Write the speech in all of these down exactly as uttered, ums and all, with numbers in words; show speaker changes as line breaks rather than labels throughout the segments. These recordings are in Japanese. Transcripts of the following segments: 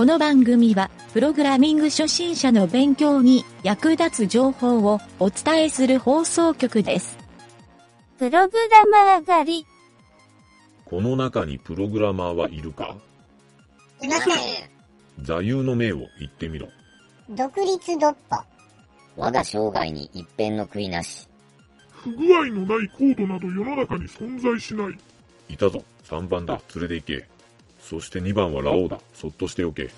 の番組は、プログラミング初心者の勉強に役立つ情報をお伝えする放送局です。
プログラマー狩り。
この中にプログラマーはいるか？
いません。
座右の銘を言ってみろ。
独立独歩。
我が生涯に一片の悔いなし。
不具合のないコードなど世の中に存在しない。
いたぞ。さんばんだ。連れて行け。そしてにばんはラオウだ。そっとしておけ。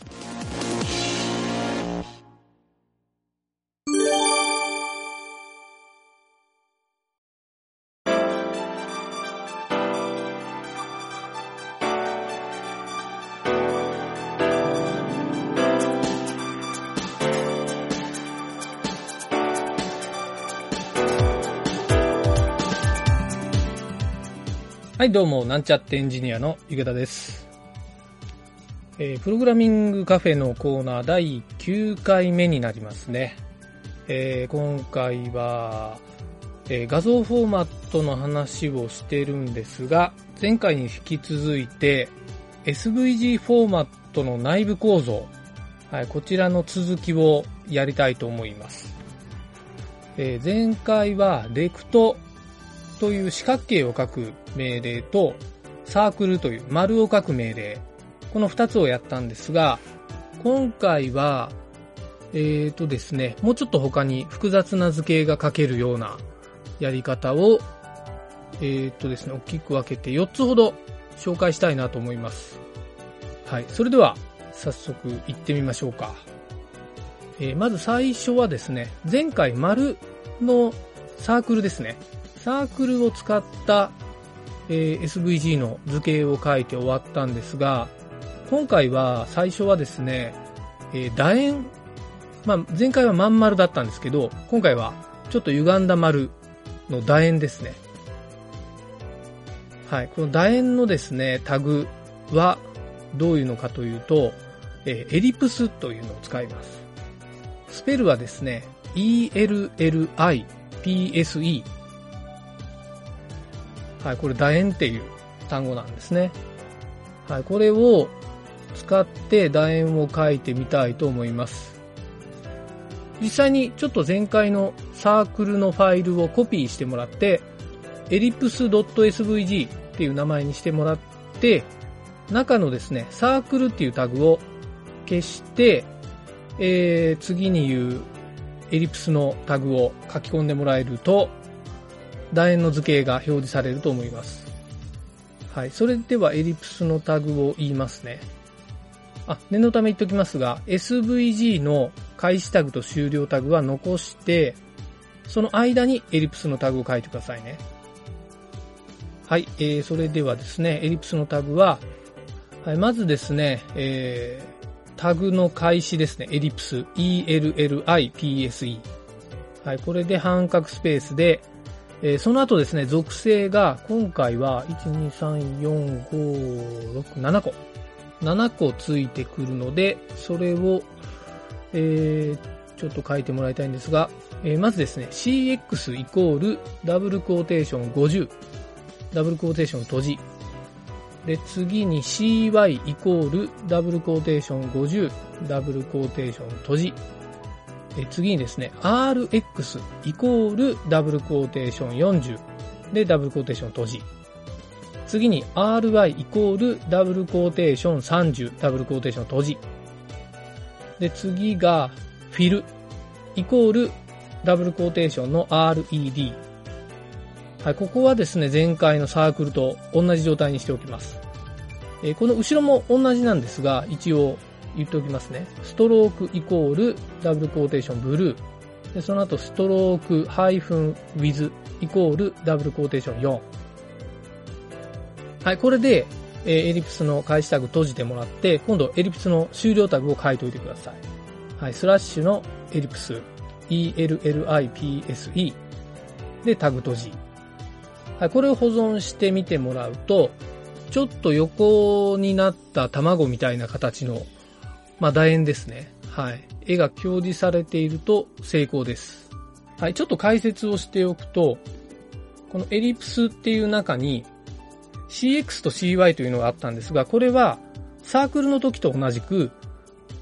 はい、どうも、なんちゃってエンジニアのゆげたです。えー、プログラミングカフェのコーナーだいきゅうかいめになりますね。えー、今回は、えー、画像フォーマットの話をしてるんですが、前回に引き続いて エスブイジー フォーマットの内部構造、はい、こちらの続きをやりたいと思います。えー、前回はレクトという四角形を書く命令とサークルという丸を書く命令、この二つをやったんですが、今回はえーとですねもうちょっと他に複雑な図形が書けるようなやり方をえーとですね大きく分けてよっつほど紹介したいなと思います。はい、それでは早速行ってみましょうか。えー、まず最初はですね、前回丸のサークルですね。サークルを使った、えー、エスブイジー の図形を書いて終わったんですが、今回は最初はですね、えー、楕円、まあ、前回はまん丸だったんですけど、今回はちょっと歪んだ丸の楕円ですね。はい、この楕円のですね、タグはどういうのかというと、えー、エリプスというのを使います。スペルはですね、イーエルエルアイピーエスイー。はい、これ楕円っていう単語なんですね。はい、これを使って楕円を書いてみたいと思います。実際にちょっと前回のサークルのファイルをコピーしてもらって、エリプス .svg っていう名前にしてもらって、中のですね、サークルっていうタグを消して、えー、次に言うエリプスのタグを書き込んでもらえると、楕円の図形が表示されると思います。はい。それではエリプスのタグを言いますね。あ、念のため言っておきますが、エスブイジー の開始タグと終了タグは残して、その間にエリプスのタグを書いてくださいね。はい。えー、それではですね、エリプスのタグは、はい、まずですね、えー、タグの開始ですね、エリプス、イーエルエルアイピーエスイー。はい。これで半角スペースで、えー、その後ですね、属性が今回はいち、に、さん、よん、ご、ろく、ななこ。ななこついてくるので、それを、えー、ちょっと書いてもらいたいんですが、えー、まずですね、シーエックス イコールダブルクォーテーションごじゅう。ダブルクォーテーション閉じ。で、次に シーワイ イコールダブルクォーテーションごじゅう。ダブルクォーテーション閉じ。え次にですね、アールエックス イコールダブルクォーテーションよんじゅうでダブルクォーテーション閉じ。次に アールワイ イコールダブルクォーテーションさんじゅうダブルクォーテーション閉じ。で、次がフィルイコールダブルクォーテーションの アールイーディー。はい、ここはですね、前回のサークルと同じ状態にしておきます。えー、この後ろも同じなんですが、一応言っておきますね。ストロークイコールダブルクォーテーションブルー。で、その後ストロークハイフンウィズイコールダブルクォーテーションよん。はい、これで、えー、エリプスの開始タグ閉じてもらって、今度エリプスの終了タグを書いておいてください。はい、スラッシュのエリプス イーエルエルアイピーエスイー でタグ閉じ。はい、これを保存してみてもらうと、ちょっと横になった卵みたいな形のまあ、楕円ですね。はい。絵が表示されていると成功です。はい。ちょっと解説をしておくと、このエリプスっていう中に シーエックス と シーワイ というのがあったんですが、これはサークルの時と同じく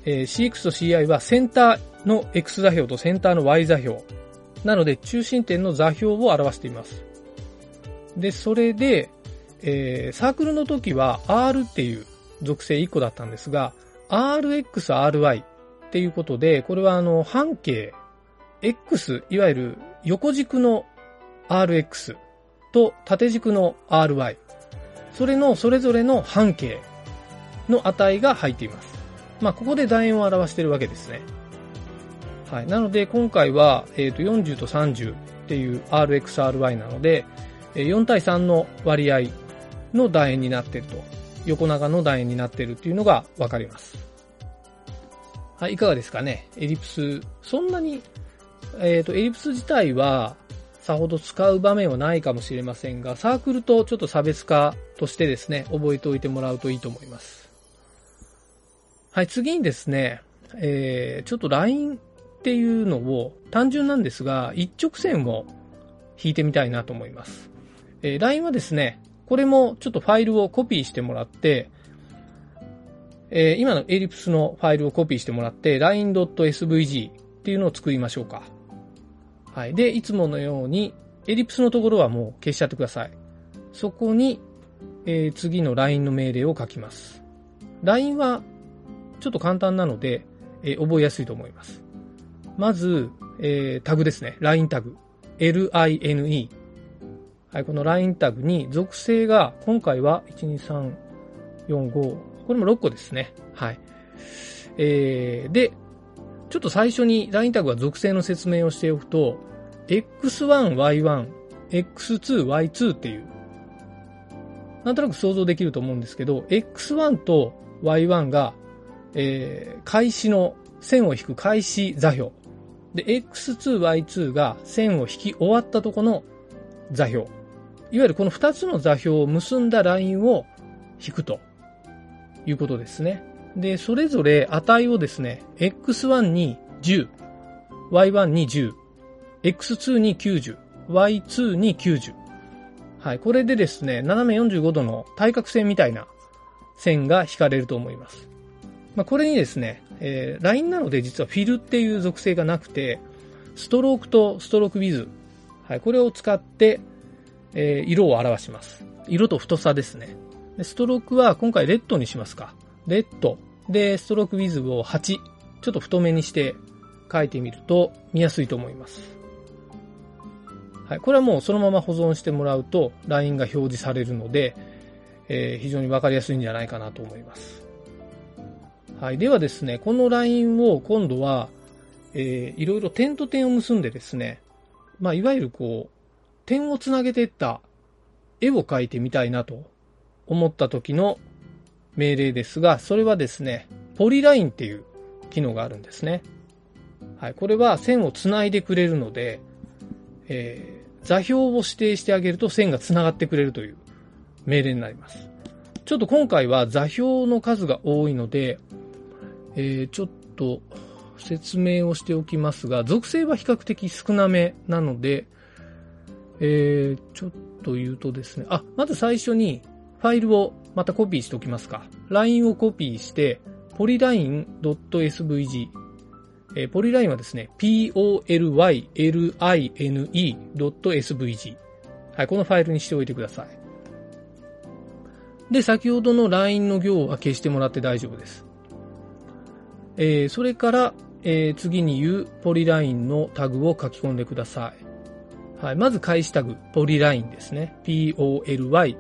えー、シーエックス と シーアイ はセンターの X 座標とセンターの Y 座標。なので、中心点の座標を表しています。で、それで、えー、サークルの時は R っていう属性いっこだったんですが、アールエックス、アールワイ っていうことで、これはあの、半径、X、いわゆる横軸の アールエックス と縦軸の アールワイ。それのそれぞれの半径の値が入っています。まあ、ここで楕円を表しているわけですね。はい。なので、今回は、えっと、よんじゅうとさんじゅうっていう アールエックス、アールワイ なので、よん対さんの割合の楕円になっていると。横長の楕円になっているっていうのがわかります。はい。いかがですかね。エリプス、そんなに、えっと、エリプス自体は、さほど使う場面はないかもしれませんが、サークルとちょっと差別化としてですね、覚えておいてもらうといいと思います。はい、次にですね、えー、ちょっとラインっていうのを単純なんですが、一直線を引いてみたいなと思います。えー、ラインはですね、これもちょっとファイルをコピーしてもらって、えー、今のエリプスのファイルをコピーしてもらって、ラインドットエスブイジー っていうのを作りましょうか。はい。で、いつものように、エリプスのところはもう消しちゃってください。そこに、えー、次のラインの命令を書きます。ラインは、ちょっと簡単なので、えー、覚えやすいと思います。まず、えー、タグですね。ラインタグ。エルアイエヌイー。はい、このラインタグに属性が、今回はいち、に、さん、よん、ご、これもろっこですね。はい。えー、で、ちょっと最初にラインタグは属性の説明をしておくと、エックスワン、ワイワン、エックスツー、ワイツー っていう、なんとなく想像できると思うんですけど、エックスワン と ワイワン が、えー、開始の線を引く開始座標。で、エックスツー、ワイツー が線を引き終わったとこの座標。いわゆるこのふたつの座標を結んだラインを引くということですね。で、それぞれ値をですね、エックスワン にじゅう、ワイワン にじゅう、エックスツー にきゅうじゅう、ワイツー にきゅうじゅう。はい、これでですね、斜めよんじゅうごどの対角線みたいな線が引かれると思います。まあ、これにですね、えー、ラインなので実はフィルっていう属性がなくて、ストロークとストロークウィズ。はい、これを使って、えー、色を表します。色と太さですね。でストロークは今回レッドにしますか。レッド。で、ストロークウィズをはち。ちょっと太めにして書いてみると見やすいと思います。はい。これはもうそのまま保存してもらうとラインが表示されるので、えー、非常にわかりやすいんじゃないかなと思います。はい。ではですね、このラインを今度は、えー、いろいろ点と点を結んでですね、まあ、いわゆるこう、点をつなげていった絵を描いてみたいなと思った時の命令ですが、それはですね、ポリラインっていう機能があるんですね。はい。これは線をつないでくれるので、えー、座標を指定してあげると線がつながってくれるという命令になります。ちょっと今回は座標の数が多いので、えー、ちょっと説明をしておきますが、属性は比較的少なめなので、えー、ちょっと言うとですね、あ、まず最初にファイルをまたコピーしておきますか。ラインをコピーして、ポリライン .svg、えー、ポリラインはですね、polyline.svg。はい、このファイルにしておいてください。で、先ほどのラインの行は消してもらって大丈夫です。えー、それから、えー、次に言うポリラインのタグを書き込んでください。はい、まず開始タグ、ポリラインですね。polyline。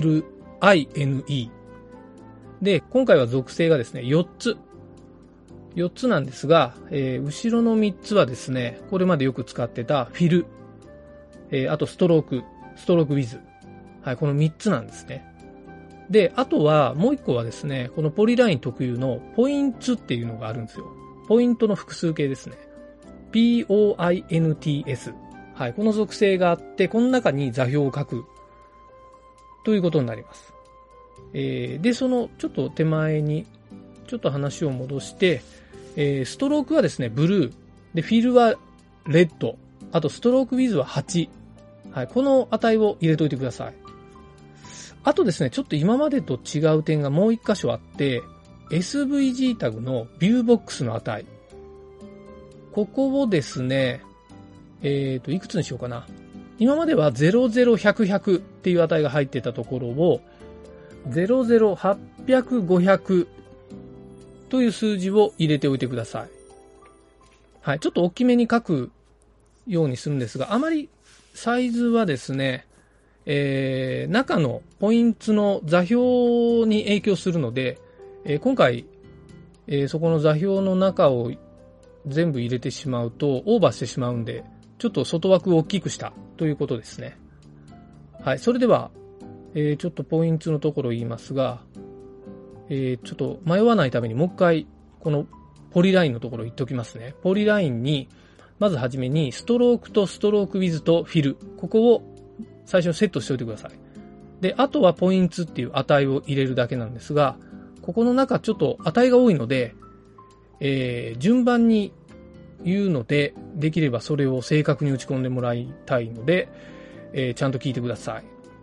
で、今回は属性がですね、よっつ。よっつなんですが、えー、後ろのみっつはですね、これまでよく使ってたフィル、えー、あとストローク、ストロークウィズ。はい、このみっつなんですね。で、あとはもういっこはですね、このポリライン特有のポインツっていうのがあるんですよ。ポイントの複数形ですね。points。はい、この属性があって、この中に座標を書くということになります。えー、で、そのちょっと手前にちょっと話を戻して、えー、ストロークはですね、ブルー。で、フィルはレッド。あと、ストロークウィズははち。はい、この値を入れといてください。あとですね、ちょっと今までと違う点がもう一箇所あって、 エスブイジー タグのビューボックスの値。ここをですね、えっと、いくつにしようかな。今まではゼロゼロひゃくひゃくっていう値が入ってたところを、ゼロゼロはっぴゃくごひゃくという数字を入れておいてください。はい。ちょっと大きめに書くようにするんですが、あまりサイズはですね、えー、中のポイントの座標に影響するので、えー、今回、えー、そこの座標の中を全部入れてしまうとオーバーしてしまうんで、ちょっと外枠を大きくしたということですね。はい。それでは、えー、ちょっとポイントのところを言いますが、えー、ちょっと迷わないためにもう一回、このポリラインのところ言っておきますね。ポリラインに、まずはじめに、ストロークとストロークウィズとフィル。ここを最初にセットしておいてください。で、あとはポイントっていう値を入れるだけなんですが、ここの中ちょっと値が多いので、えー、順番に言うので、できればそれを正確に打ち込んでもらいたいので、えー、ちゃんと聞いてください。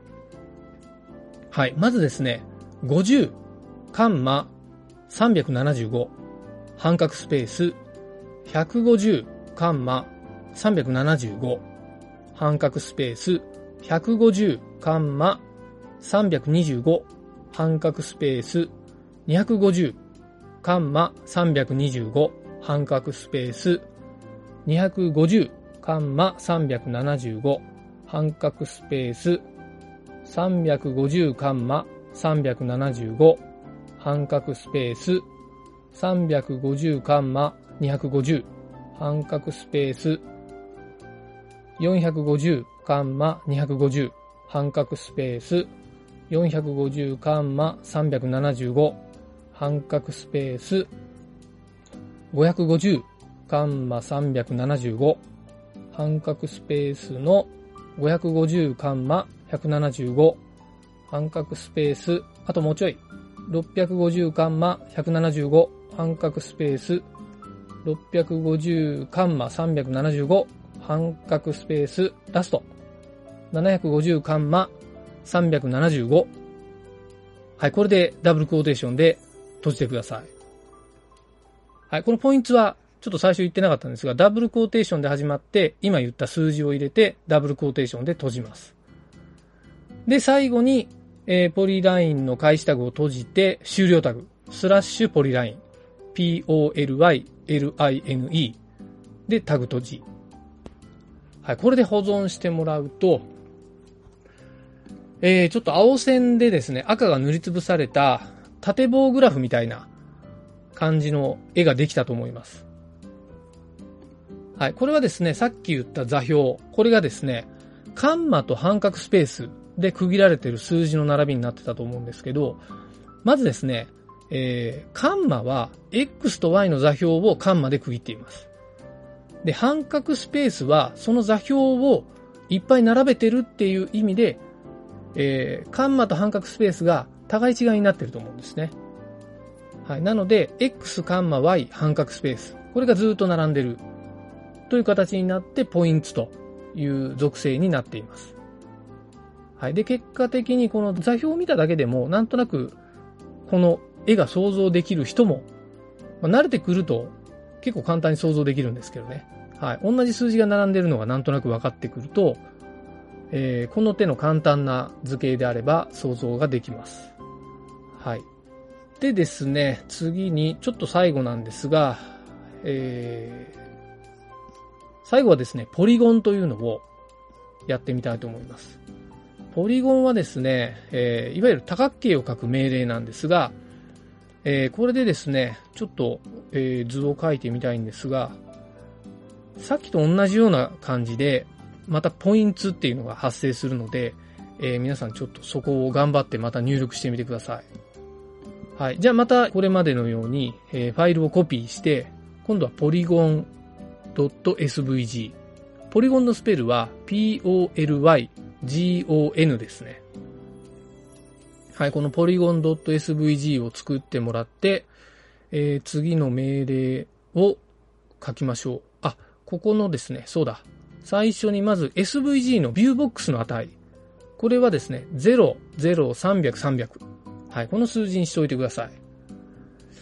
はい。まずですね、ごじゅう、カンマ、さんびゃくななじゅうご、半角スペース、ひゃくごじゅう、カンマ、さんびゃくななじゅうご、半角スペース、ひゃくごじゅう、カンマ、さんびゃくにじゅうご、半角スペース、にひゃくごじゅう、カンマ、さんびゃくにじゅうご、半角スペース、にひゃくごじゅう、カンマ、さんびゃくななじゅうご、半角スペース、さんびゃくごじゅう、カンマ、さんびゃくななじゅうご、半角スペース、さんびゃくごじゅう、カンマ、にひゃくごじゅう、半角スペース、よんひゃくごじゅう、カンマ、にひゃくごじゅう、半角スペース、よんひゃくごじゅう、カンマ、さんびゃくななじゅうご、半角スペース、ごひゃくごじゅう、カンマ、さんびゃくななじゅうご、半角スペースのごひゃくごじゅう、カンマ、ひゃくななじゅうご、半角スペース、あともうちょい、ろっぴゃくごじゅう、カンマ、ひゃくななじゅうご、半角スペース、ろっぴゃくごじゅう、カンマ、さんびゃくななじゅうご、半角スペース、ラスト。ななひゃくごじゅう、カンマ、さんびゃくななじゅうご。はい、これでダブルクォーテーションで閉じてください。はい、このポイントは、ちょっと最初言ってなかったんですが、ダブルクォーテーションで始まって、今言った数字を入れて、ダブルクォーテーションで閉じます。で、最後に、えー、ポリラインの開始タグを閉じて、終了タグ、スラッシュポリライン、ピーオーエルワイエルアイエヌイー でタグ閉じ。はい、これで保存してもらうと、えー、ちょっと青線でですね、赤が塗りつぶされた縦棒グラフみたいな感じの絵ができたと思います。はい、これはですね、さっき言った座標、これがですね、カンマと半角スペースで区切られている数字の並びになってたと思うんですけど、まずですね、えー、カンマは X と Y の座標をカンマで区切っています。で、半角スペースはその座標をいっぱい並べてるっていう意味で、えー、カンマと半角スペースが互い違いになってると思うんですね。はい。なので、X、カンマ、Y、半角スペース。これがずっと並んでるという形になってポイントという属性になっています。はい。で、結果的にこの座標を見ただけでも、なんとなくこの絵が想像できる人も、まあ、慣れてくると結構簡単に想像できるんですけどね。はい。同じ数字が並んでるのがなんとなく分かってくると、えー、この手の簡単な図形であれば想像ができます。はい。でですね、次にちょっと最後なんですが、えー、最後はですね、ポリゴンというのをやってみたいと思います。ポリゴンはですね、えー、いわゆる多角形を書く命令なんですが、えー、これでですね、ちょっと、えー、図を書いてみたいんですが、さっきと同じような感じで、またポイントっていうのが発生するので、えー、皆さんちょっとそこを頑張ってまた入力してみてください。はい。じゃあまたこれまでのように、えー、ファイルをコピーして、今度は ポリゴン ドットエスブイジー。ポリゴンのスペルは ピーオーエルワイジーオーエヌ ですね。はい。この ポリゴン ドットエスブイジー を作ってもらって、えー、次の命令を書きましょう。あ、ここのですね、そうだ。最初にまず エスブイジー のビューボックスの値。これはですね、ゼロ、ゼロ、さんびゃく、さんびゃく。はい、この数字にしておいてください。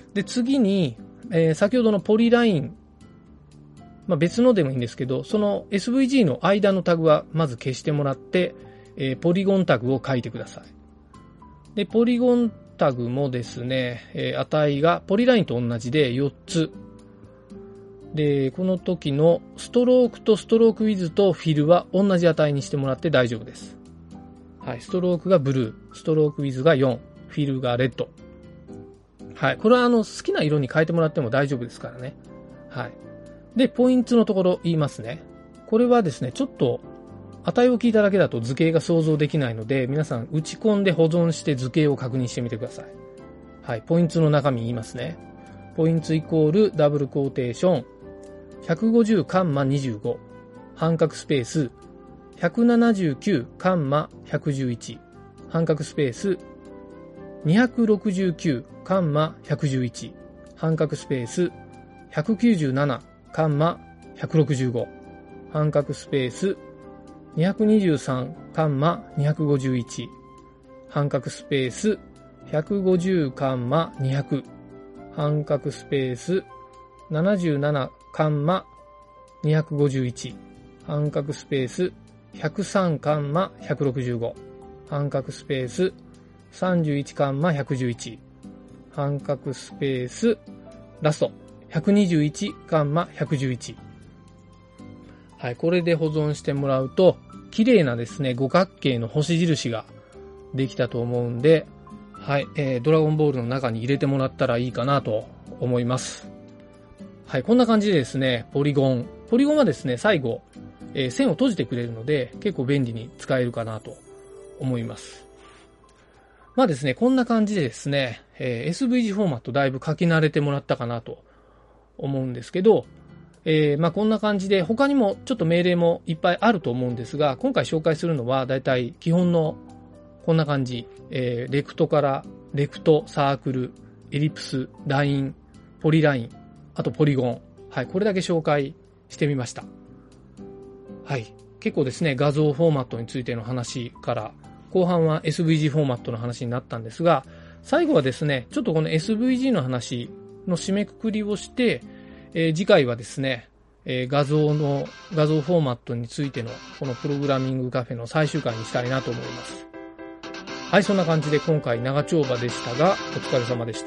で、次に、えー、先ほどのポリライン、まあ、別のでもいいんですけど、その エスブイジー の間のタグはまず消してもらって、えー、ポリゴンタグを書いてください。で、ポリゴンタグもですね、えー、値がポリラインと同じでよっつ。で、この時のストロークとストロークウィズとフィルは同じ値にしてもらって大丈夫です。はい、ストロークがブルー、ストロークウィズがよん、フィルがレッド。はい、これはあの好きな色に変えてもらっても大丈夫ですからね。はい。で、ポイントのところ言いますね。これはですね、ちょっと値を聞いただけだと図形が想像できないので、皆さん打ち込んで保存して図形を確認してみてください。はい、ポイントの中身言いますね。ポイントイコールダブルコーテーション、ひゃくごじゅうカンマにじゅうご、半角スペース、ひゃくななじゅうきゅうカンマひゃくじゅういち、半角スペース、にひゃくろくじゅうきゅうカンマひゃくじゅういち、半角スペース、ひゃくきゅうじゅうななカンマひゃくろくじゅうご、半角スペース、にひゃくにじゅうさんカンマにひゃくごじゅういち、半角スペース、ひゃくごじゅうカンマにひゃく、半角スペース、ななじゅうななカンマにひゃくごじゅういち、半角スペース、ひゃくさんカンマひゃくろくじゅうご、半角スペース、さんじゅういちカンマひゃくじゅういち、半角スペース、ラスト、ひゃくにじゅういちカンマひゃくじゅういち。はい、これで保存してもらうと、綺麗なですね、五角形の星印ができたと思うんで、はい、えー、ドラゴンボールの中に入れてもらったらいいかなと思います。はい、こんな感じでですね、ポリゴン。ポリゴンはですね、最後、えー、線を閉じてくれるので、結構便利に使えるかなと思います。まあですね、こんな感じでですね、えー、エスブイジー フォーマットだいぶ書き慣れてもらったかなと思うんですけど、えー、まあこんな感じで他にもちょっと命令もいっぱいあると思うんですが、今回紹介するのはだいたい基本のこんな感じ、えー、レクトからレクト、サークル、エリプス、ライン、ポリライン、あとポリゴン。はい、これだけ紹介してみました。はい、結構ですね、画像フォーマットについての話から後半は エスブイジー フォーマットの話になったんですが、最後はですね、ちょっとこの エスブイジー の話の締めくくりをして、えー、次回はですね、えー、画像の、画像フォーマットについてのこのプログラミングカフェの最終回にしたいなと思います。はい、そんな感じで今回長丁場でしたが、お疲れ様でした。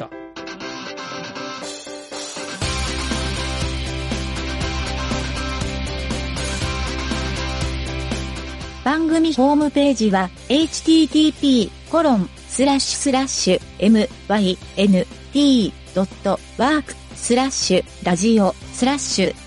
番組ホームページは エイチティーティーピーコロンスラッシュスラッシュエムワイエヌティードットワークスラッシュラジオスラッシュ